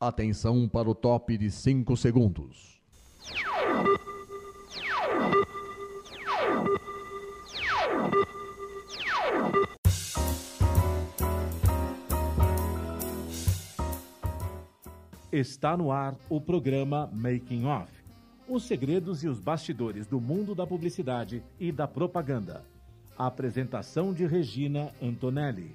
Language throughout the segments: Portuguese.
Atenção para o top de 5 segundos. Está no ar o programa Making Off. Os segredos e os bastidores do mundo da publicidade e da propaganda. A apresentação de Regina Antonelli.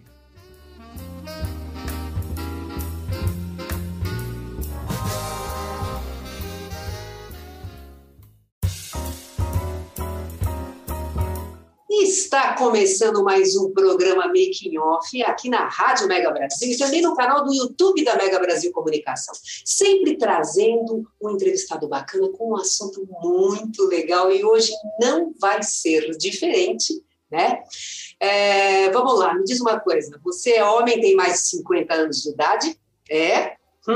Está começando mais um programa Making Off aqui na Rádio Mega Brasil e também no canal do YouTube da Mega Brasil Comunicação. Sempre trazendo um entrevistado bacana com um assunto muito legal e hoje não vai ser diferente, né? Vamos lá, me diz uma coisa. Você é homem, tem mais de 50 anos de idade? É?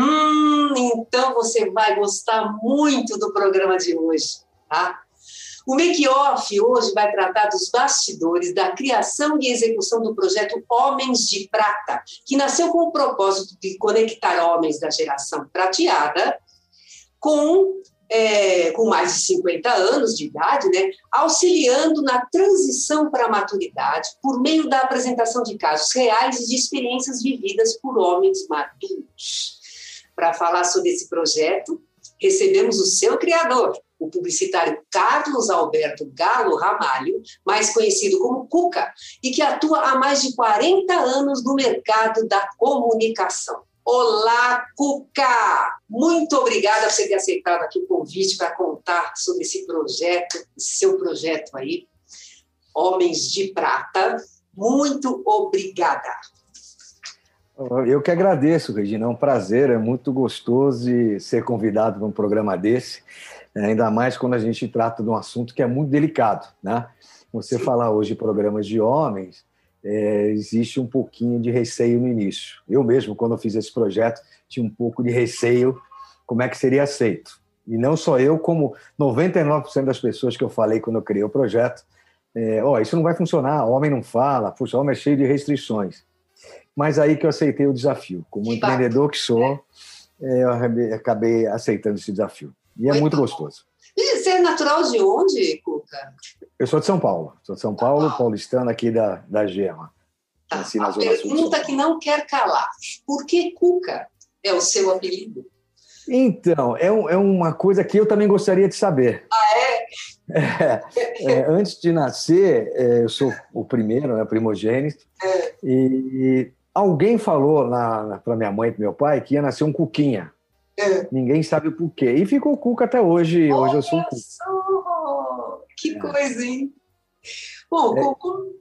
Então você vai gostar muito do programa de hoje, tá? O Make Off hoje vai tratar dos bastidores da criação e execução do projeto Homens de Prata, que nasceu com o propósito de conectar homens da geração prateada com mais de 50 anos de idade, né, auxiliando na transição para a maturidade por meio da apresentação de casos reais e de experiências vividas por homens maduros. Para falar sobre esse projeto, recebemos o seu criador, o publicitário Carlos Alberto Galo Ramalho, mais conhecido como Cuca, e que atua há mais de 40 anos no mercado da comunicação. Olá, Cuca! Muito obrigada por você ter aceitado aqui o convite para contar sobre esse projeto, seu projeto aí, Homens de Prata. Muito obrigada. Eu que agradeço, Regina. É um prazer, é muito gostoso ser convidado para um programa desse. Ainda mais quando a gente trata de um assunto que é muito delicado, né? Você falar hoje de programas de homens, existe um pouquinho de receio no início. Eu mesmo, quando eu fiz esse projeto, tinha um pouco de receio como é que seria aceito. E não só eu, como 99% das pessoas que eu falei quando eu criei o projeto, isso não vai funcionar, homem não fala, puxa, homem é cheio de restrições. Mas aí que eu aceitei o desafio. Como empreendedor que sou, eu acabei aceitando esse desafio. E é muito gostoso. E você é natural de onde, Cuca? Eu sou de São Paulo. Sou de São Paulo, paulistano aqui da Gema. Assim, na Zona Sul. Pergunta que não quer calar. Por que Cuca é o seu apelido? Então, é uma coisa que eu também gostaria de saber. Antes de nascer, eu sou o primeiro, né, primogênito, e alguém falou para minha mãe e para meu pai que ia nascer um Cuquinha. Ninguém sabe o porquê. E ficou Cuca até hoje. Hoje eu sou o Cuca. Só! Que coisa, hein? Bom,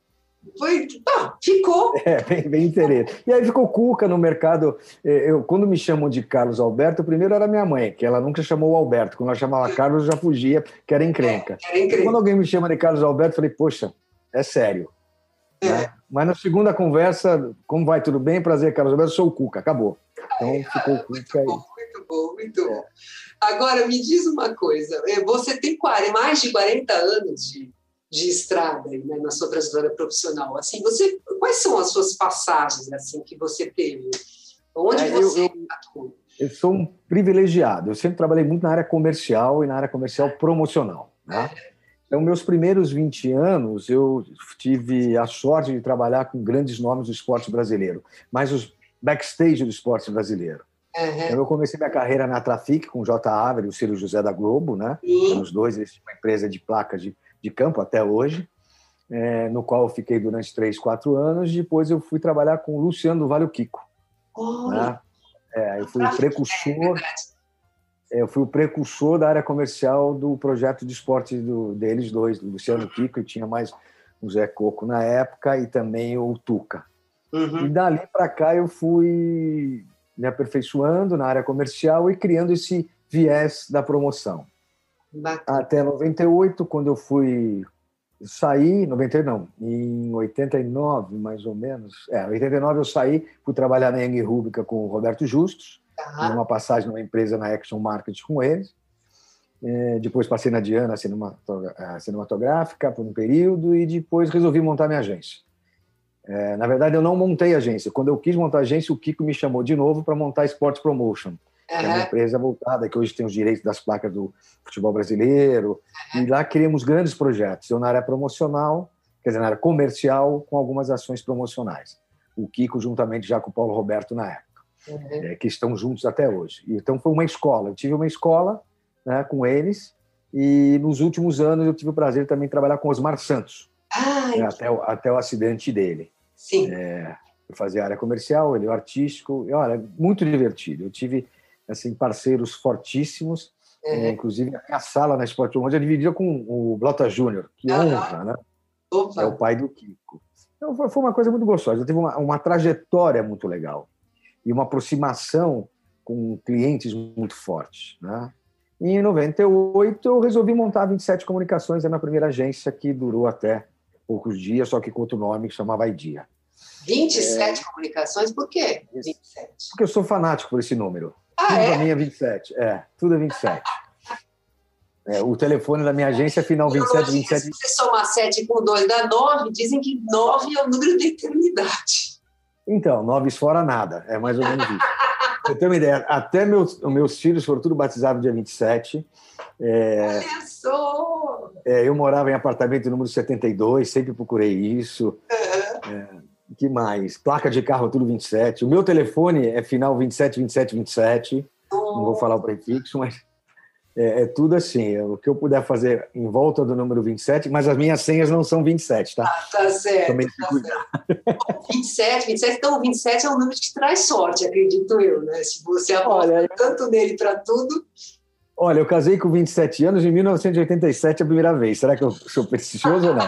ficou. Bem interesse. E aí ficou Cuca no mercado. Quando me chamam de Carlos Alberto, primeiro era minha mãe, que ela nunca chamou o Alberto. Quando ela chamava Carlos, eu já fugia, que era encrenca. Quando alguém me chama de Carlos Alberto, eu falei, poxa, é sério. Né? Mas na segunda conversa, como vai, tudo bem? Prazer, Carlos Alberto, eu sou o Cuca, acabou. Então ficou Cuca aí. Muito bom. Agora, me diz uma coisa. Você tem mais de 40 anos de estrada, né, na sua trajetória profissional. Assim, quais são as suas passagens assim, que você teve? Onde você atuou? Eu sou um privilegiado. Eu sempre trabalhei muito na área comercial e na área comercial promocional. Né? Então, meus primeiros 20 anos, eu tive a sorte de trabalhar com grandes nomes do esporte brasileiro, mas os backstage do esporte brasileiro. Então, eu comecei minha carreira na Trafic com o J. Avery e o Ciro José da Globo, né? Os dois, eles tinham uma empresa de placas de campo até hoje, no qual eu fiquei durante 3, 4 anos. Depois eu fui trabalhar com o Luciano do Vale, o Kiko. Né? Eu fui o precursor. Eu fui o precursor da área comercial do projeto de esporte deles dois, do Luciano Kiko, e tinha mais o Zé Coco na época e também o Tuca. E dali para cá eu fui me aperfeiçoando na área comercial e criando esse viés da promoção. Bacana. Até 98, quando eu fui sair, 98 não, em 89 mais ou menos, 89 eu saí, fui trabalhar na Young Rúbrica com o Roberto Justus, uma passagem numa empresa na Action Market com eles. Depois passei na Diana Cinematográfica por um período e depois resolvi montar minha agência. Na verdade, eu não montei agência. Quando eu quis montar agência, o Kiko me chamou de novo para montar Sports Promotion. que é uma empresa voltada, que hoje tem os direitos das placas do futebol brasileiro, e lá criamos grandes projetos. Eu na área promocional, quer dizer, na área comercial, com algumas ações promocionais. O Kiko, juntamente já com o Paulo Roberto na época, que estão juntos até hoje. Então foi uma escola. Eu tive uma escola, né, com eles, e nos últimos anos eu tive o prazer também de trabalhar com Osmar Santos, né, até o acidente dele. Sim. Eu fazia área comercial, ele o artístico, e olha, muito divertido. Eu tive assim, parceiros fortíssimos, inclusive a sala na Sport One, eu dividia com o Blota Júnior, que honra, né? É o pai do Kiko. Então, foi uma coisa muito gostosa. Eu tive uma trajetória muito legal e uma aproximação com clientes muito forte, né? E em 98, eu resolvi montar a 27 Comunicações, a minha primeira agência, que durou até poucos dias, só que com outro nome, que chamava Idea. 27 Comunicações? Por quê 27? Porque eu sou fanático por esse número. Tudo para mim é 27. Tudo é 27. O telefone da minha agência é final 27, 27. Se você somar 7 com 2 dá 9, dizem que 9 é o número da eternidade. Então, 9 fora nada. É mais ou menos isso. Você tem uma ideia, até meus filhos foram tudo batizados dia 27. Olha só! Eu morava em apartamento número 72, sempre procurei isso. Que mais? Placa de carro, tudo 27. O meu telefone é final 27, 27, 27. Não vou falar o prefixo, mas é tudo assim. O que eu puder fazer em volta do número 27, mas as minhas senhas não são 27, tá? Tá certo. Também tá certo. 27. Então, o 27 é um número que traz sorte, acredito eu, né? Se você aposta tanto nele para tudo. Olha, eu casei com 27 anos em 1987 a primeira vez. Será que eu sou supersticioso ou não?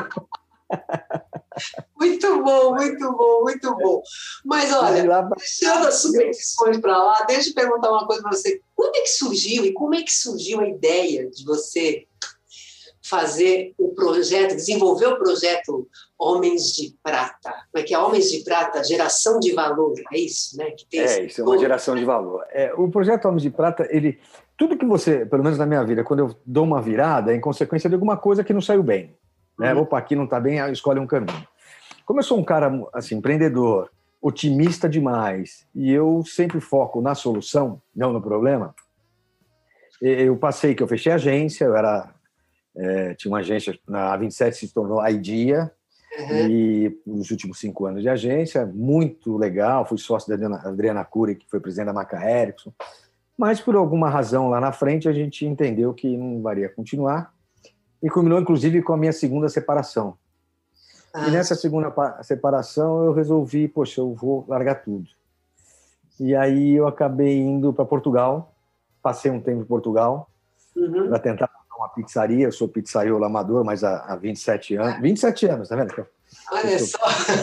Muito bom, muito bom, muito bom. Mas olha, deixando as superstições para lá, deixa eu perguntar uma coisa para você. Quando é que surgiu e como é que surgiu a ideia de você fazer o projeto, desenvolver o projeto Homens de Prata? Como é que é? Homens de Prata, geração de valor, é isso, né? Que tem isso é uma geração de valor. O projeto Homens de Prata, tudo que você, pelo menos na minha vida, quando eu dou uma virada, é em consequência de alguma coisa que não saiu bem. Opa, aqui não está bem, escolhe um caminho. Como eu sou um cara assim, empreendedor, otimista demais, e eu sempre foco na solução, não no problema, eu passei que eu fechei a agência, tinha uma agência, a 27 se tornou a Idea, e nos últimos 5 anos de agência, muito legal, fui sócio da Adriana Cury, que foi presidente da Maca Erickson, mas por alguma razão lá na frente a gente entendeu que não valia continuar, e culminou, inclusive, com a minha segunda separação. E nessa segunda separação eu resolvi, eu vou largar tudo. E aí eu acabei indo para Portugal, passei um tempo em Portugal, para tentar montar uma pizzaria. Eu sou pizzaiolo amador, mas há 27 anos. 27 anos, tá vendo? Olha só!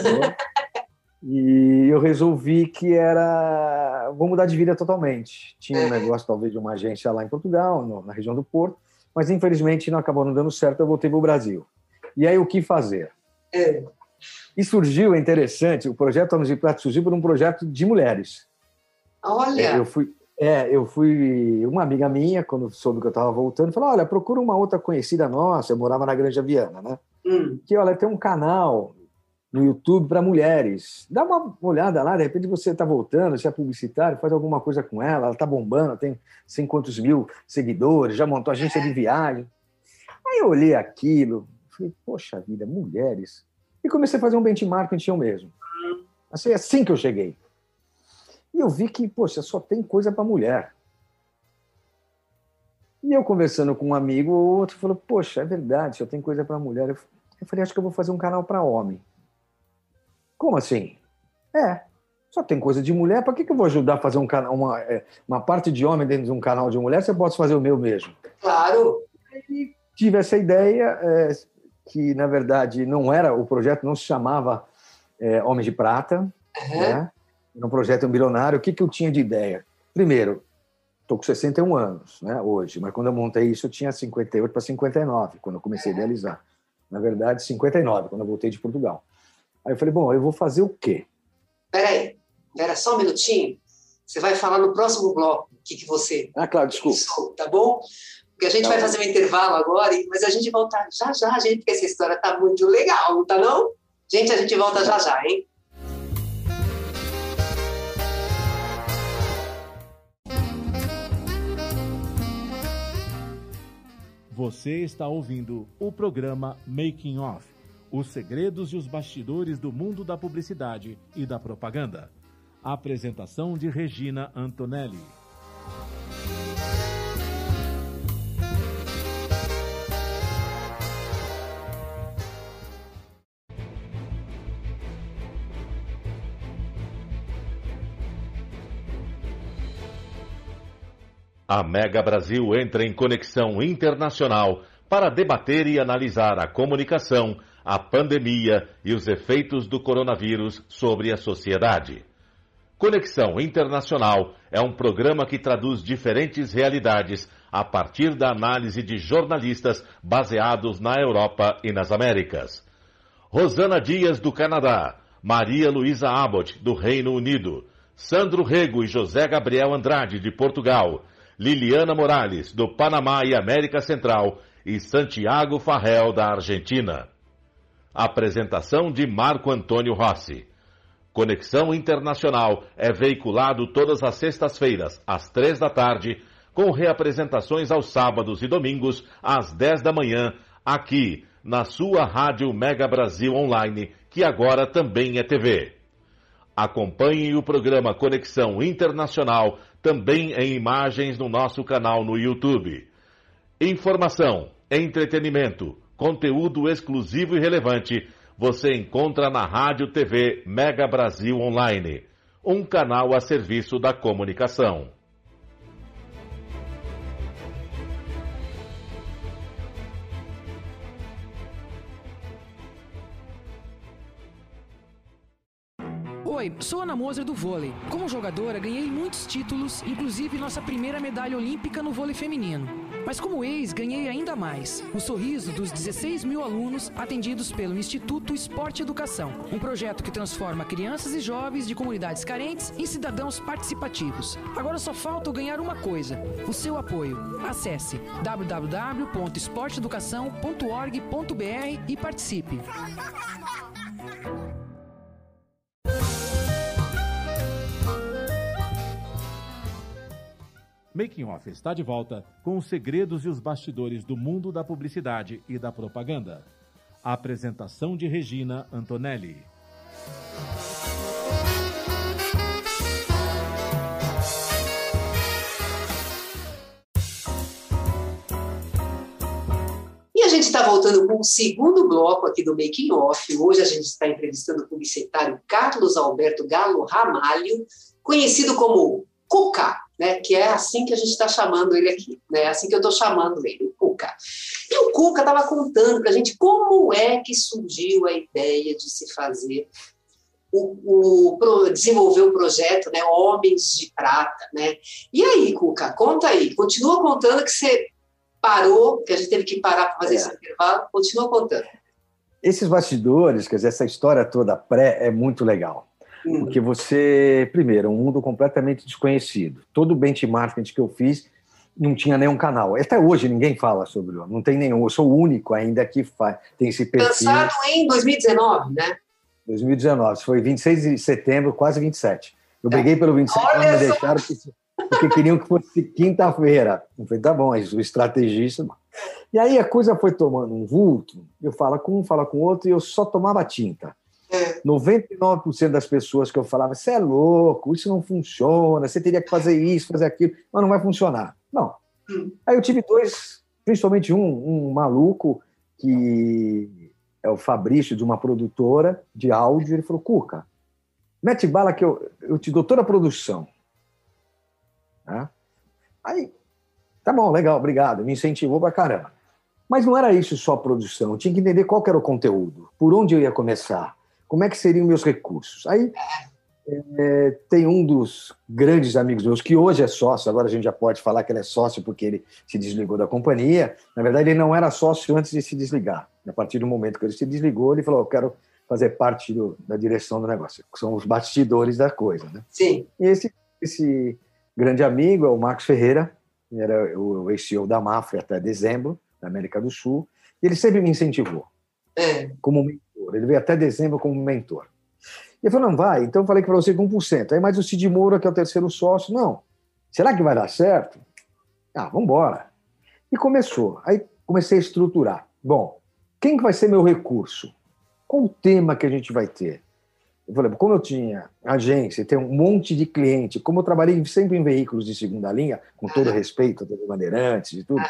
E eu resolvi que vou mudar de vida totalmente. Tinha um negócio, talvez, de uma agência lá em Portugal, na região do Porto, mas infelizmente não acabou não dando certo, eu voltei para o Brasil. E aí o que fazer? E surgiu, é interessante, o projeto Homens de Prata surgiu por um projeto de mulheres. Olha! Eu fui uma amiga minha, quando soube que eu estava voltando, falou, olha, procura uma outra conhecida nossa, eu morava na Granja Viana, né? Que, olha, tem um canal no YouTube para mulheres. Dá uma olhada lá, de repente você está voltando, você é publicitário, faz alguma coisa com ela está bombando, tem 100 quantos mil seguidores, já montou agência de viagem. Aí eu olhei aquilo, falei, poxa vida, mulheres. E comecei a fazer um benchmarking eu mesmo. Assim que eu cheguei. E eu vi que, só tem coisa para mulher. E eu conversando com um amigo ou outro, falou, é verdade, só tem coisa para mulher. Eu falei, acho que eu vou fazer um canal para homem. Como assim? Só tem coisa de mulher, para que eu vou ajudar a fazer um canal, uma parte de homem dentro de um canal de mulher, se eu posso fazer o meu mesmo? Claro! E tive essa ideia, que na verdade o projeto não se chamava Homens de Prata, né? Era um projeto milionário. O que eu tinha de ideia? Primeiro, estou com 61 anos, né, hoje, mas quando eu montei isso eu tinha 58 para 59, quando eu comecei a idealizar. Na verdade, 59, quando eu voltei de Portugal. Aí eu falei, eu vou fazer o quê? Espera só um minutinho. Você vai falar no próximo bloco o que você claro, desculpa. pensou, tá bom? Porque a gente vai fazer um intervalo agora, mas a gente volta já, gente, porque essa história tá muito legal, não tá não? Gente, a gente volta já, hein? Você está ouvindo o programa Making Off, os segredos e os bastidores do mundo da publicidade e da propaganda. A apresentação de Regina Antonelli. A Mega Brasil entra em conexão internacional para debater e analisar a comunicação, a pandemia e os efeitos do coronavírus sobre a sociedade. Conexão Internacional é um programa que traduz diferentes realidades a partir da análise de jornalistas baseados na Europa e nas Américas. Rosana Dias, do Canadá, Maria Luísa Abbott, do Reino Unido, Sandro Rego e José Gabriel Andrade, de Portugal, Liliana Morales, do Panamá e América Central, e Santiago Farrell, da Argentina. Apresentação de Marco Antônio Rossi. Conexão Internacional é veiculado todas as sextas-feiras, às 3 da tarde, com reapresentações aos sábados e domingos, às 10 da manhã, aqui, na sua Rádio Mega Brasil Online, que agora também é TV. Acompanhe o programa Conexão Internacional também em imagens no nosso canal no YouTube. Informação, entretenimento, conteúdo exclusivo e relevante você encontra na Rádio TV Mega Brasil Online, um canal a serviço da comunicação. Oi, sou Ana Moser do vôlei. Como jogadora, ganhei muitos títulos, inclusive nossa primeira medalha olímpica no vôlei feminino. Mas como ex, ganhei ainda mais. O sorriso dos 16 mil alunos atendidos pelo Instituto Esporte Educação, um projeto que transforma crianças e jovens de comunidades carentes em cidadãos participativos. Agora só falta eu ganhar uma coisa: o seu apoio. Acesse www.esporteeducação.org.br e participe. Making Off está de volta com os segredos e os bastidores do mundo da publicidade e da propaganda. A apresentação de Regina Antonelli. E a gente está voltando com o segundo bloco aqui do Making Off. Hoje a gente está entrevistando o publicitário Carlos Alberto Galo Ramalho, conhecido como Cuca, né, que é assim que a gente está chamando ele aqui, né, é assim que eu estou chamando ele, o Cuca. E o Cuca estava contando para a gente como é que surgiu a ideia de se fazer, desenvolver o projeto, né, Homens de Prata, né. E aí, Cuca, conta aí, continua contando que você parou, que a gente teve que parar para fazer esse intervalo, continua contando. Esses bastidores, quer dizer, essa história toda pré é muito legal. Porque você, primeiro, é um mundo completamente desconhecido. Todo o benchmarking que eu fiz não tinha nenhum canal. Até hoje ninguém fala sobre o... Não tem nenhum. Eu sou o único ainda que tem esse perfil. Lançado em 2019, né? 2019. Foi 26 de setembro, quase 27. Eu briguei pelo 27, mas me deixaram porque queriam que fosse quinta-feira. Eu falei, tá bom, o estrategista... E aí a coisa foi tomando um vulto. Eu falo com um, falo com outro, e eu só tomava tinta. 99% das pessoas que eu falava, você é louco, isso não funciona, você teria que fazer isso, fazer aquilo, mas não vai funcionar. Não. Aí eu tive dois, principalmente um maluco, que é o Fabrício, de uma produtora de áudio, ele falou, Cuca, mete bala que eu te dou toda a produção. Aí, tá bom, legal, obrigado, me incentivou pra caramba. Mas não era isso só a produção, eu tinha que entender qual que era o conteúdo, por onde eu ia começar, como é que seriam meus recursos. Aí tem um dos grandes amigos meus, que hoje é sócio, agora a gente já pode falar que ele é sócio porque ele se desligou da companhia. Na verdade, ele não era sócio antes de se desligar. A partir do momento que ele se desligou, ele falou, eu quero fazer parte da direção do negócio, que são os bastidores da coisa. Né? Sim. E esse grande amigo é o Marcos Ferreira, ele era o ex-CEO da Mafra até dezembro, da América do Sul, e ele sempre me incentivou como mentor. Ele veio até dezembro como mentor. E ele falou, não vai, então eu falei que para você com 1%. Aí mais o Cid Moura, que é o terceiro sócio, não. Será que vai dar certo? Vamos embora. E começou. Aí comecei a estruturar. Bom, quem que vai ser meu recurso? Qual o tema que a gente vai ter? Eu falei, como eu tinha agência, tem um monte de cliente, como eu trabalhei sempre em veículos de segunda linha, com todo respeito a TV Bandeirantes e tudo,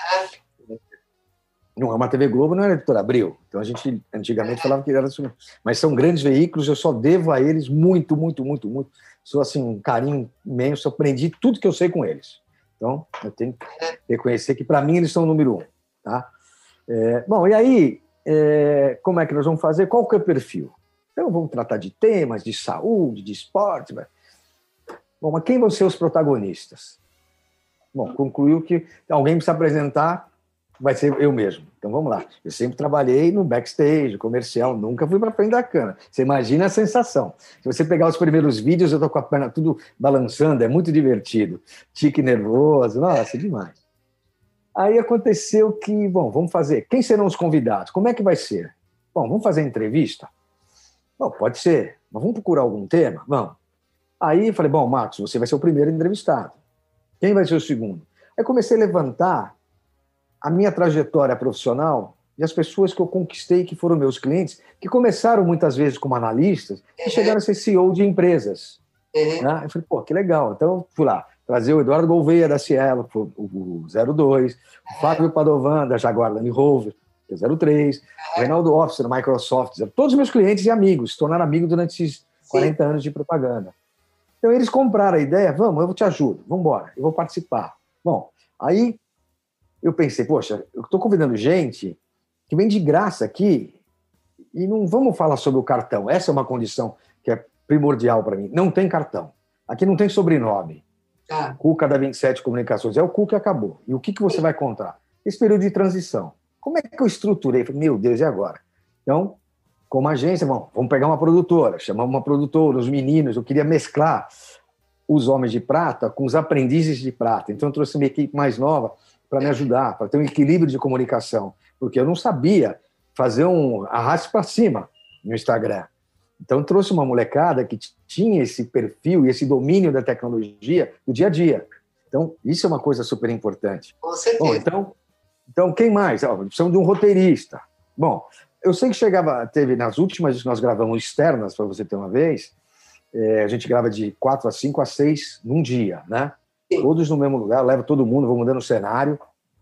uma TV Globo não era Editora Abril, então a gente antigamente falava que era assim, mas são grandes veículos, eu só devo a eles muito, muito, muito, muito. Sou assim, um carinho imenso, aprendi tudo que eu sei com eles. Então, eu tenho que reconhecer que, para mim, eles são o número 1. Tá? Bom, e aí, como é que nós vamos fazer? Qual que é o perfil? Então, vamos tratar de temas, de saúde, de esporte. Bom, mas quem vão ser os protagonistas? Bom, concluiu que alguém precisa apresentar, vai ser eu mesmo. Então, vamos lá. Eu sempre trabalhei no backstage, comercial, nunca fui para frente da câmera. Você imagina a sensação. Se você pegar os primeiros vídeos, eu estou com a perna tudo balançando, é muito divertido. Tique nervoso, nossa, demais. Aí aconteceu que, bom, vamos fazer. Quem serão os convidados? Como é que vai ser? Bom, vamos fazer entrevista? Bom, pode ser, mas vamos procurar algum tema? Vamos. Aí eu falei, bom, Marcos, você vai ser o primeiro entrevistado. Quem vai ser o segundo? Aí comecei a levantar a minha trajetória profissional e as pessoas que eu conquistei, que foram meus clientes, que começaram muitas vezes como analistas e chegaram a ser CEO de empresas. Né? Eu falei, pô, que legal. Então, fui lá, trazer o Eduardo Gouveia, da Cielo, o 02, o Fábio Padovan, da Jaguar Land Rover, que é o 03, o Reinaldo Officer, da Microsoft, todos os meus clientes e amigos, se tornaram amigos durante esses 40 anos de propaganda. Então, eles compraram a ideia, vamos, eu te ajudo, vamos embora, eu vou participar. Bom, aí eu pensei, poxa, eu estou convidando gente que vem de graça aqui e não vamos falar sobre o cartão. Essa é uma condição que é primordial para mim. Não tem cartão. Aqui não tem sobrenome. Cuca da 27 Comunicações. É o Cuca e acabou. E o que você vai contar? Esse período de transição. Como é que eu estruturei? Falei, meu Deus, e agora? Então, como agência, vamos pegar uma produtora. Chamamos uma produtora, os meninos. Eu queria mesclar os homens de prata com os aprendizes de prata. Então, eu trouxe uma equipe mais nova para me ajudar, para ter um equilíbrio de comunicação. Porque eu não sabia fazer um arraste para cima no Instagram. Então, eu trouxe uma molecada que tinha esse perfil e esse domínio da tecnologia do dia a dia. Então, isso é uma coisa super importante. Com certeza. Bom, então quem mais? Precisamos de um roteirista. Bom, eu sei que teve nas últimas que nós gravamos externas, para você ter uma vez, a gente grava de 4 a 5 a 6 num dia, né? Sim. Todos no mesmo lugar, leva todo mundo, vou mudando o cenário.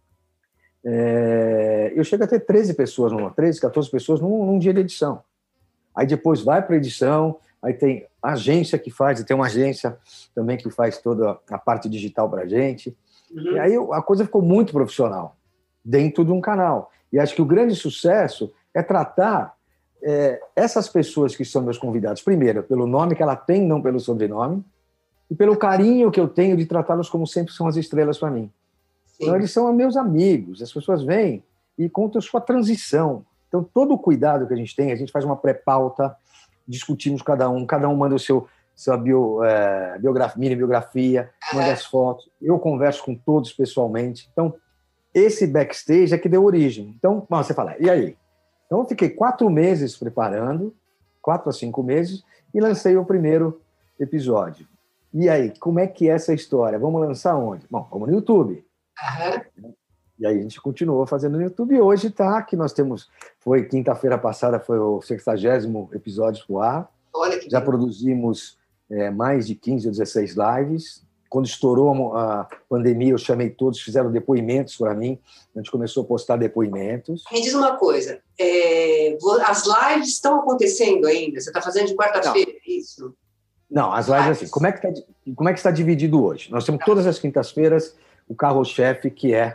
Eu chego a ter 13 pessoas, 14 pessoas num dia de edição. Aí depois vai para a edição, aí tem a agência que faz, e tem uma agência também que faz toda a parte digital para a gente. E aí a coisa ficou muito profissional dentro de um canal. E acho que o grande sucesso é tratar essas pessoas que são meus convidados, primeiro, pelo nome que ela tem, não pelo sobrenome, e pelo carinho que eu tenho de tratá-los como sempre são as estrelas para mim. Sim. Então, eles são meus amigos, as pessoas vêm e contam a sua transição. Então, todo o cuidado que a gente tem, a gente faz uma pré-pauta, discutimos cada um manda sua mini biografia, manda as fotos, eu converso com todos pessoalmente. Então, esse backstage é que deu origem. Então, você fala, e aí? Então, eu fiquei 4 meses preparando, 4 a 5 meses, e lancei o primeiro episódio. E aí, como é que é essa história? Vamos lançar onde? Bom, vamos no YouTube. E aí a gente continuou fazendo no YouTube. E hoje está que nós temos... Foi quinta-feira passada, foi o 60º episódio pro ar. Olha que já produzimos mais de 15 ou 16 lives. Quando estourou a pandemia, eu chamei todos, fizeram depoimentos para mim. A gente começou a postar depoimetos. Me diz uma coisa, as lives estão acontecendo ainda? Você está fazendo de quarta-feira, é isso? Não, as lives assim. Como é que está dividido hoje? Nós temos todas as quintas-feiras o carro-chefe, que é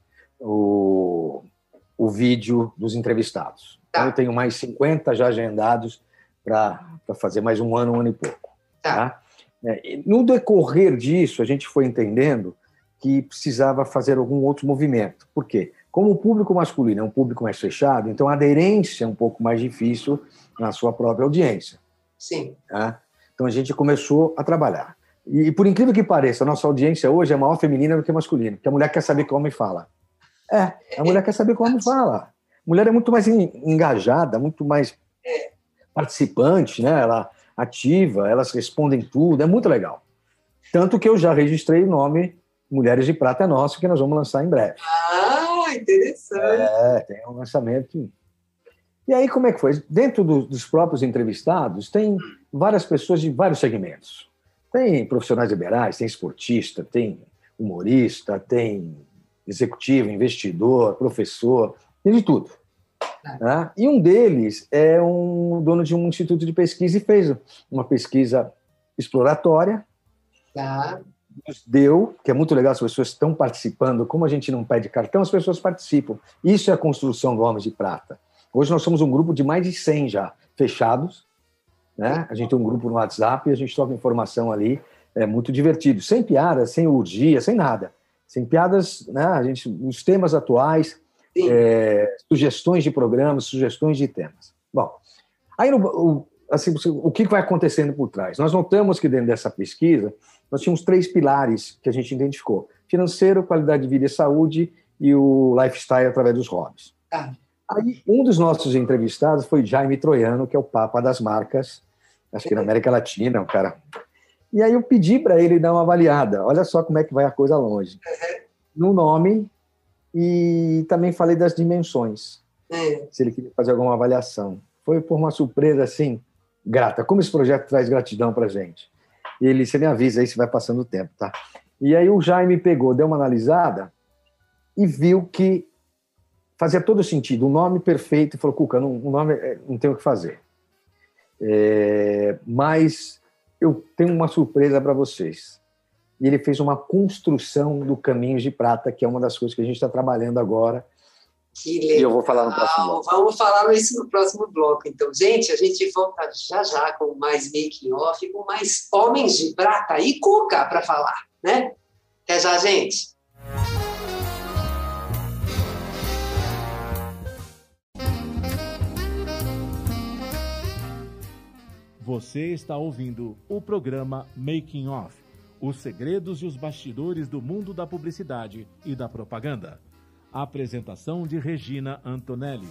o vídeo dos entrevistados. Então, eu tenho mais 50 já agendados para fazer mais um ano e pouco. Tá? No decorrer disso, a gente foi entendendo que precisava fazer algum outro movimento. Por quê? Como o público masculino é um público mais fechado, então a aderência é um pouco mais difícil na sua própria audiência. Sim. Tá? Então, a gente começou a trabalhar. E, por incrível que pareça, a nossa audiência hoje é maior feminina do que masculina, porque a mulher quer saber o que o homem fala. A mulher quer saber o que o homem fala. A mulher é muito mais engajada, muito mais participante, né? Ela ativa, elas respondem tudo, é muito legal. Tanto que eu já registrei o nome Mulheres de Prata é Nosso, que nós vamos lançar em breve. Interessante. Tem um lançamento. E aí, como é que foi? Dentro dos próprios entrevistados, tem várias pessoas de vários segmentos. Tem profissionais liberais, tem esportista, tem humorista, tem executivo, investidor, professor, tem de tudo. Né? E um deles é um dono de um instituto de pesquisa e fez uma pesquisa exploratória. Nos deu, que é muito legal, as pessoas estão participando. Como a gente não pede cartão, as pessoas participam. Isso é a construção do Homens de Prata. Hoje nós somos um grupo de mais de 100 já, fechados. Né? A gente tem um grupo no WhatsApp e a gente troca informação ali. É muito divertido. Sem piadas, sem urgia, sem nada. Sem piadas, né? Os temas atuais, sugestões de programas, sugestões de temas. Bom, aí o que vai acontecendo por trás? Nós notamos que dentro dessa pesquisa, nós tínhamos 3 pilares que a gente identificou. Financeiro, qualidade de vida e saúde e o lifestyle através dos hobbies. Aí, um dos nossos entrevistados foi Jaime Troiano, que é o papa das marcas, acho que na América Latina, um cara... E aí eu pedi para ele dar uma avaliada. Olha só como é que vai a coisa longe. No nome e também falei das dimensões. Se ele queria fazer alguma avaliação. Foi por uma surpresa, assim, grata. Como esse projeto traz gratidão para a gente. E ele, você me avisa aí se vai passando o tempo, tá? E aí o Jaime pegou, deu uma analisada e viu que fazia todo sentido. O nome perfeito. E falou, Cuca, o nome não tem o que fazer. Mas eu tenho uma surpresa para vocês. E ele fez uma construção do Caminhos de Prata, que é uma das coisas que a gente está trabalhando agora. Que legal. E eu vou falar no próximo bloco. Vamos falar isso no próximo bloco. Então, gente, a gente volta já com mais making off, com mais Homens de Prata e Cuca para falar, né? Até já, gente. Você está ouvindo o programa Making Off, os segredos e os bastidores do mundo da publicidade e da propaganda. A apresentação de Regina Antonelli.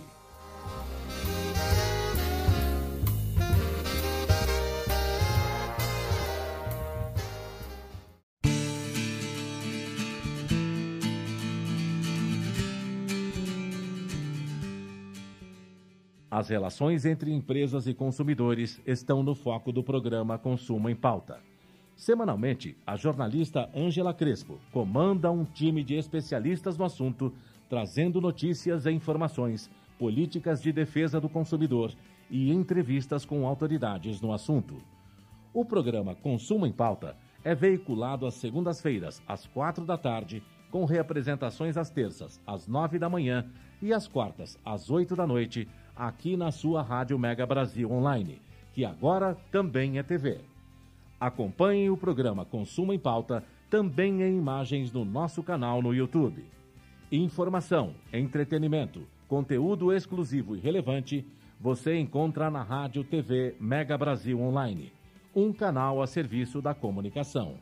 As relações entre empresas e consumidores estão no foco do programa Consumo em Pauta. Semanalmente, a jornalista Ângela Crespo comanda um time de especialistas no assunto, trazendo notícias e informações, políticas de defesa do consumidor e entrevistas com autoridades no assunto. O programa Consumo em Pauta é veiculado às segundas-feiras, às 16h, com reapresentações às terças, às 9h, e às quartas, às 20h, aqui na sua Rádio Mega Brasil Online, que agora também é TV. Acompanhe o programa Consumo em Pauta também em imagens no nosso canal no YouTube. Informação, entretenimento, conteúdo exclusivo e relevante, você encontra na Rádio TV Mega Brasil Online, um canal a serviço da comunicação.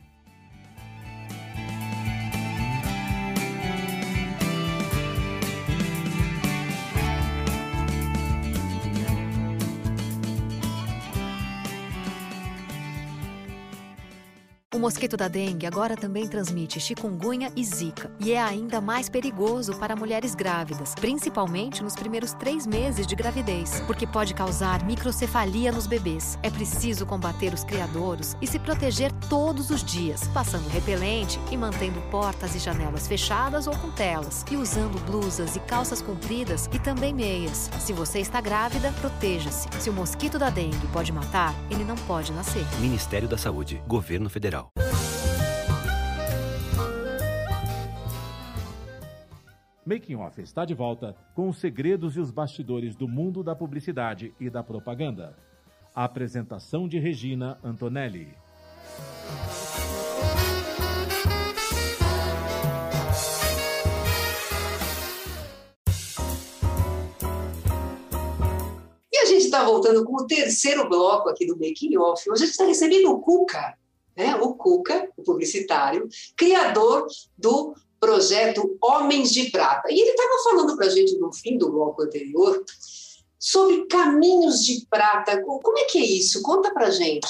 O mosquito da dengue agora também transmite chikungunya e zika e é ainda mais perigoso para mulheres grávidas, principalmente nos primeiros 3 meses de gravidez, porque pode causar microcefalia nos bebês. É preciso combater os criadouros e se proteger todos os dias, passando repelente e mantendo portas e janelas fechadas ou com telas, e usando blusas e calças compridas e também meias. Se você está grávida, proteja-se. Se o mosquito da dengue pode matar, ele não pode nascer. Ministério da Saúde, Governo Federal. Making Off está de volta com os segredos e os bastidores do mundo da publicidade e da propaganda. A apresentação de Regina Antonelli. E a gente está voltando com o terceiro bloco aqui do Making Off. Hoje a gente está recebendo o Cuca, né? O Cuca, o publicitário, criador do projeto Homens de Prata. E ele estava falando para a gente no fim do bloco anterior sobre Caminhos de Prata. Como é que é isso? Conta para a gente.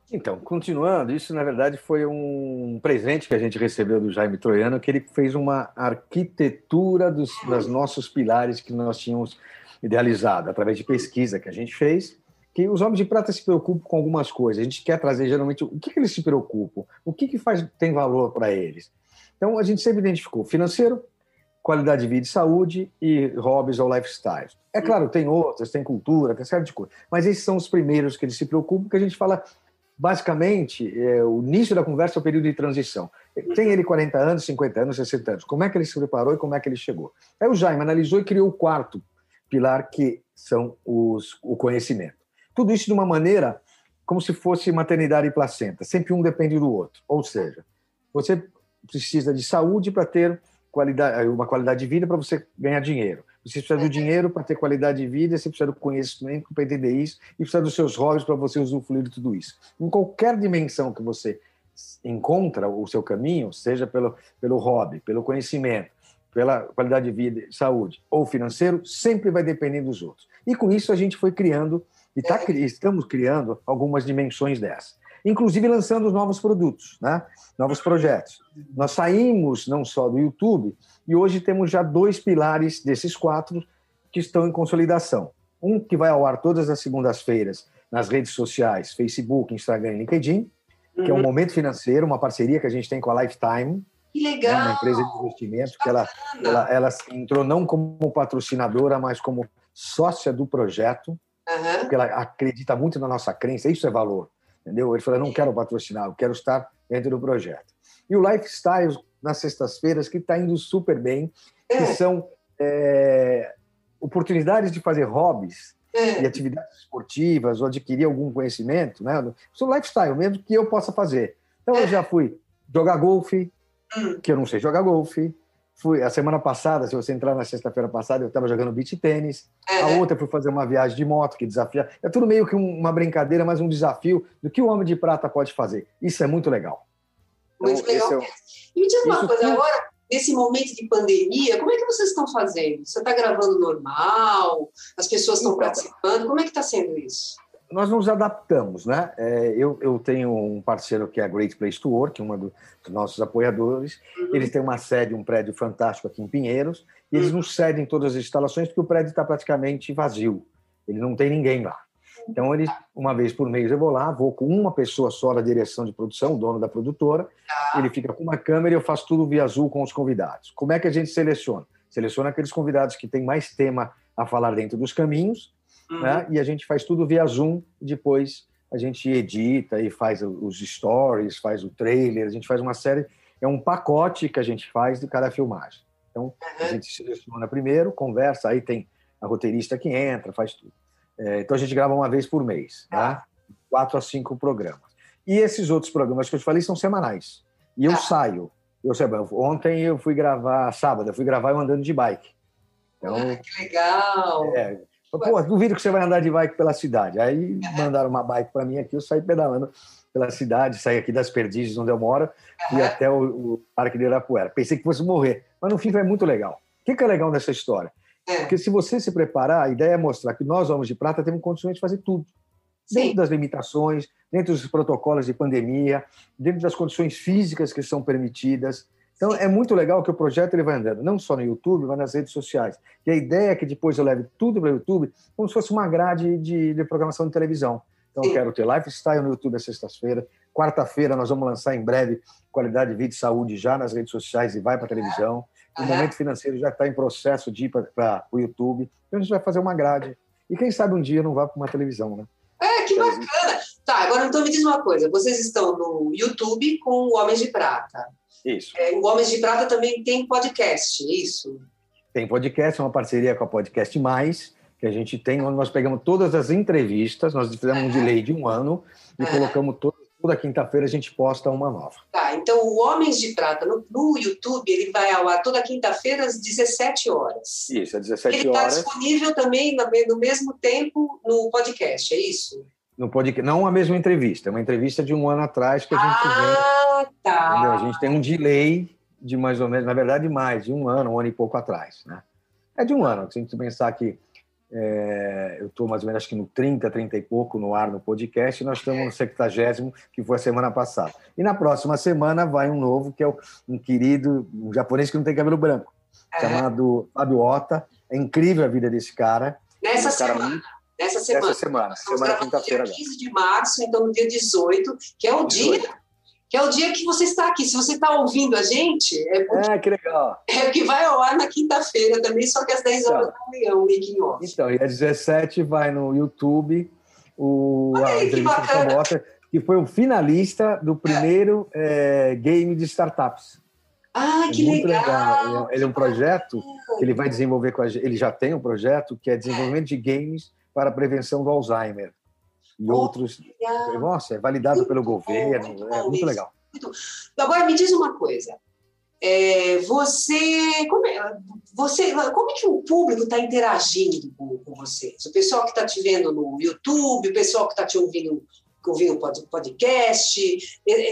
Então, continuando, isso na verdade foi um presente que a gente recebeu do Jaime Troiano, que ele fez uma arquitetura dos nossos pilares que nós tínhamos idealizado, através de pesquisa que a gente fez, que os Homens de Prata se preocupam com algumas coisas. A gente quer trazer geralmente o que eles se preocupam, o que tem valor para eles. Então, a gente sempre identificou financeiro, qualidade de vida e saúde e hobbies ou lifestyle. É claro, tem outras, tem cultura, tem certa de coisa, mas esses são os primeiros que eles se preocupam, que a gente fala. Basicamente, o início da conversa é o período de transição. Tem ele 40 anos, 50 anos, 60 anos. Como é que ele se preparou e como é que ele chegou? Aí o Jaime analisou e criou o quarto pilar, que são o conhecimento. Tudo isso de uma maneira como se fosse maternidade e placenta. Sempre um depende do outro. Ou seja, você precisa de saúde para ter uma qualidade de vida para você ganhar dinheiro. Você precisa do dinheiro para ter qualidade de vida, você precisa do conhecimento para entender isso e precisa dos seus hobbies para você usufruir de tudo isso. Em qualquer dimensão que você encontra o seu caminho, seja pelo hobby, pelo conhecimento, pela qualidade de vida, saúde ou financeiro, sempre vai depender dos outros. E com isso a gente foi criando, estamos criando algumas dimensões dessa. Inclusive lançando novos produtos, né? Novos projetos. Nós saímos não só do YouTube, e hoje temos já 2 pilares desses 4 que estão em consolidação. Um que vai ao ar todas as segundas-feiras nas redes sociais, Facebook, Instagram e LinkedIn, que é um Momento Financeiro, uma parceria que a gente tem com a Lifetime, que legal! Uma empresa de investimento, que ela entrou não como patrocinadora, mas como sócia do projeto, porque ela acredita muito na nossa crença, isso é valor. Entendeu? Ele falou, eu não quero patrocinar, eu quero estar dentro do projeto. E o Lifestyle, nas sextas-feiras, que está indo super bem, que são oportunidades de fazer hobbies e atividades esportivas ou adquirir algum conhecimento, né? São lifestyle mesmo que eu possa fazer. Então, eu já fui jogar golfe, que eu não sei jogar golfe. Fui, a semana passada, se você entrar na sexta-feira passada, eu estava jogando beach tênis. A outra eu fui fazer uma viagem de moto, que desafia. É tudo meio que uma brincadeira, mas um desafio do que o Homem de Prata pode fazer. Isso é muito legal. Muito legal. E me diz uma coisa, agora, nesse momento de pandemia, como é que vocês estão fazendo? Você está gravando normal? As pessoas estão participando? Como é que está sendo isso? Nós nos adaptamos, né? Eu tenho um parceiro que é a Great Place to Work, um dos nossos apoiadores. Eles têm uma sede, um prédio fantástico aqui em Pinheiros, e eles nos cedem todas as instalações porque o prédio está praticamente vazio. Ele não tem ninguém lá. Então, uma vez por mês eu vou com uma pessoa só na direção de produção, o dono da produtora, ele fica com uma câmera e eu faço tudo via Zoom com os convidados. Como é que a gente seleciona? Seleciona aqueles convidados que têm mais tema a falar dentro dos caminhos, né? E a gente faz tudo via Zoom, depois a gente edita e faz os stories, faz o trailer, a gente faz uma série, é um pacote que a gente faz de cada filmagem. Então, a gente seleciona primeiro, conversa, aí tem a roteirista que entra, faz tudo. Então, a gente grava uma vez por mês, né? 4 a 5 programas. E esses outros programas que eu te falei são semanais. E eu saio. Ontem eu fui gravar, sábado, eu andando de bike. Então, que legal! Pô, duvido que você vai andar de bike pela cidade. Aí mandaram uma bike para mim aqui, eu saí pedalando pela cidade, saí aqui das Perdizes, onde eu moro, e até o Parque de Ibirapuera. Pensei que fosse morrer, mas no fim foi muito legal. O que é legal nessa história? Porque se você se preparar, a ideia é mostrar que nós, Homens de Prata, temos condições de fazer tudo. Dentro das limitações, dentro dos protocolos de pandemia, dentro das condições físicas que são permitidas. Então, é muito legal que o projeto ele vai andando, não só no YouTube, mas nas redes sociais. E a ideia é que depois eu leve tudo para o YouTube como se fosse uma grade de programação de televisão. Então, eu quero ter lifestyle no YouTube às sextas-feiras. Quarta-feira, nós vamos lançar em breve qualidade de vida e saúde já nas redes sociais e vai para a televisão. O Momento Financeiro já está em processo de ir para o YouTube. Então, a gente vai fazer uma grade. E quem sabe um dia não vá para uma televisão, né? Que bacana! Tá, agora então me diz uma coisa. Vocês estão no YouTube com o Homens de Prata. Isso. O Homens de Prata também tem podcast, isso? Tem podcast, é uma parceria com a Podcast Mais, que a gente tem, onde nós pegamos todas as entrevistas, nós fizemos um delay de 1 ano e colocamos toda quinta-feira a gente posta uma nova. Tá, então o Homens de Prata no YouTube, ele vai ao ar toda quinta-feira às 17 horas. Isso, às 17 horas. Ele está disponível também no mesmo tempo no podcast, é isso? No podcast, não a mesma entrevista, é uma entrevista de 1 ano atrás que a gente vem. Tá. Entendeu? A gente tem um delay de mais ou menos, na verdade, mais de 1 ano e pouco atrás, né? É de 1 ano, se a gente pensar que Eu estou mais ou menos, acho que no 30 e pouco no ar no podcast, e nós estamos no 70º, que foi a semana passada. E na próxima semana vai um novo, que é um querido, um japonês que não tem cabelo branco, chamado Fábio Ota. É incrível a vida desse cara. Nessa semana, quinta-feira. Dia 15 de março, então no dia 18, que é o dia que você está aqui. Se você está ouvindo a gente, que legal. É que vai ao ar na quinta-feira também, só que às 10 horas da manhã, o Making Off. Então, e às 17 vai no YouTube a entrevista com o Fábio Ota, que foi o finalista do primeiro game de startups. Que muito legal. Ele é um projeto que ele vai desenvolver com a gente. Ele já tem um projeto que é desenvolvimento de games para a prevenção do Alzheimer. E outros. Legal. Nossa, é validado pelo governo. Muito legal. Agora, me diz uma coisa. Como é que o público está interagindo com vocês? O pessoal que está te vendo no YouTube, o pessoal que está te ouvindo podcast,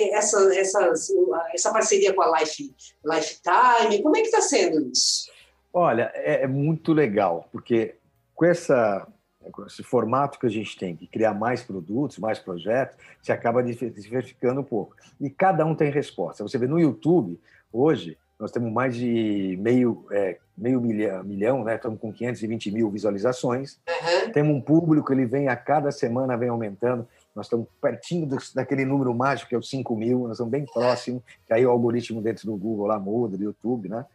essa parceria com a Lifetime, como é que está sendo isso? Olha, é muito legal, porque com esse formato que a gente tem, de criar mais produtos, mais projetos, você acaba diversificando um pouco. E cada um tem resposta. Você vê no YouTube, hoje, nós temos mais de meio milhão, né? Estamos com 520 mil visualizações. Temos um público, ele vem a cada semana, vem aumentando. Nós estamos pertinho daquele número mágico, que é os 5 mil, nós estamos bem próximos, que aí o algoritmo dentro do Google lá muda, do YouTube, né?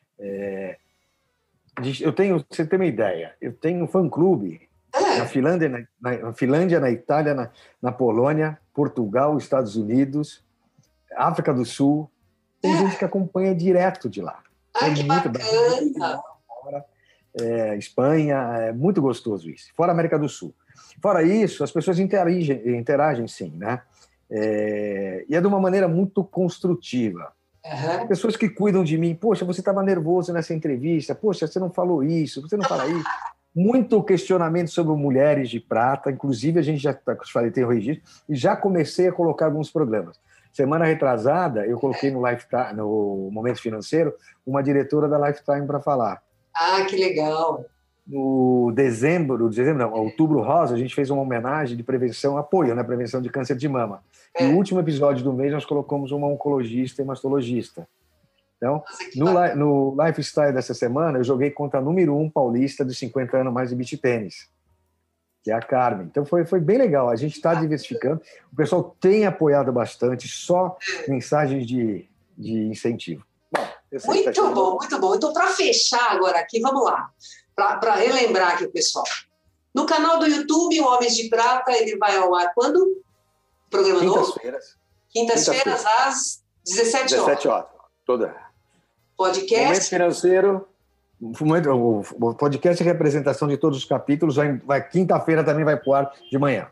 Você tem uma ideia, eu tenho um fã-clube na Finlândia, na Itália, na Polônia, Portugal, Estados Unidos, África do Sul. Tem gente que acompanha direto de lá. Que bacana! Espanha, é muito gostoso isso. Fora América do Sul. Fora isso, as pessoas interagem sim, né? E é de uma maneira muito construtiva. Pessoas que cuidam de mim. Poxa, você estava nervoso nessa entrevista. Poxa, você não falou isso, você não fala isso. Muito questionamento sobre mulheres de prata. Inclusive, a gente já tem o registro e já comecei a colocar alguns programas. Semana retrasada, eu coloquei no Momento Financeiro uma diretora da Lifetime para falar. Que legal! No Outubro Rosa, a gente fez uma homenagem de prevenção, apoio, né? Prevenção de câncer de mama. E no último episódio do mês, nós colocamos uma oncologista e mastologista. Então, no Lifestyle dessa semana, eu joguei contra a número 1 paulista dos 50 anos mais de beach tênis, que é a Carmen. Então, foi bem legal. A gente está diversificando. O pessoal tem apoiado bastante, só mensagens de incentivo. Bom, muito bom, muito bom. Então, para fechar agora aqui, vamos lá. Para relembrar aqui o pessoal. No canal do YouTube, o Homens de Prata, ele vai ao ar quando? Programa novo? Quintas-feiras, às 17 horas. Toda. Podcast? Momento Financeiro. O podcast é representação de todos os capítulos. Vai quinta-feira também vai pro ar de manhã.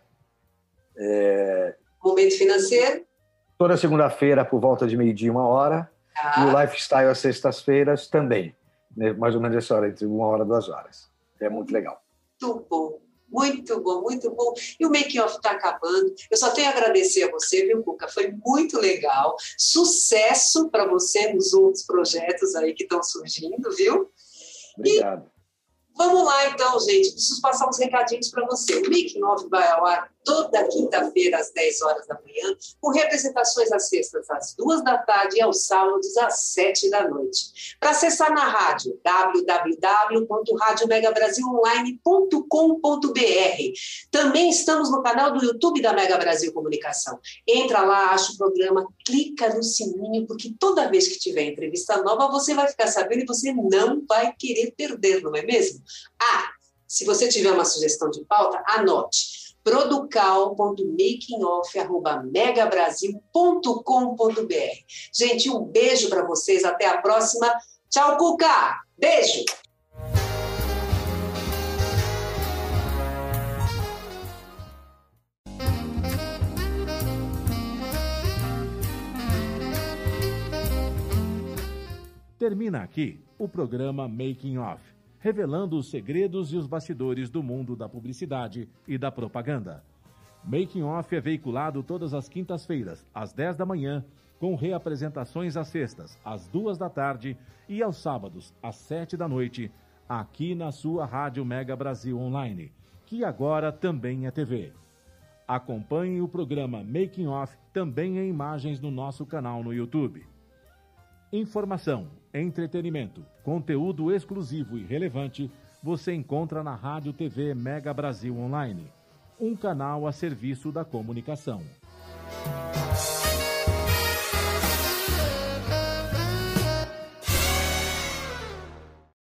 Momento Financeiro? Toda segunda-feira, por volta de 12h, 1h. E o Lifestyle às sextas-feiras também. Mais ou menos essa hora, entre 1h e 2h. É muito legal. Muito bom. Muito bom, muito bom. E o Making Off está acabando. Eu só tenho a agradecer a você, viu, Cuca? Foi muito legal. Sucesso para você nos outros projetos aí que estão surgindo, viu? Obrigado. Vamos lá, então, gente. Preciso passar uns recadinhos para você. O Making Off vai ao ar toda quinta-feira, às 10 horas da manhã, com representações às sextas, às 2 da tarde e aos sábados, às 7 da noite. Para acessar na rádio, www.radiomegabrasilonline.com.br. Também estamos no canal do YouTube da Mega Brasil Comunicação. Entra lá, acha o programa, clica no sininho, porque toda vez que tiver entrevista nova, você vai ficar sabendo e você não vai querer perder, não é mesmo? Se você tiver uma sugestão de pauta, anote. producal.makingoff@megabrasil.com.br. Gente, um beijo para vocês, até a próxima. Tchau, Cuca! Beijo! Termina aqui o programa Making Off, revelando os segredos e os bastidores do mundo da publicidade e da propaganda. Making Off é veiculado todas as quintas-feiras, às 10 da manhã, com reapresentações às sextas, às 2 da tarde e aos sábados, às 7 da noite, aqui na sua Rádio Mega Brasil Online, que agora também é TV. Acompanhe o programa Making Off também em imagens no nosso canal no YouTube. Informação, entretenimento, conteúdo exclusivo e relevante você encontra na Rádio TV Mega Brasil Online, um canal a serviço da comunicação.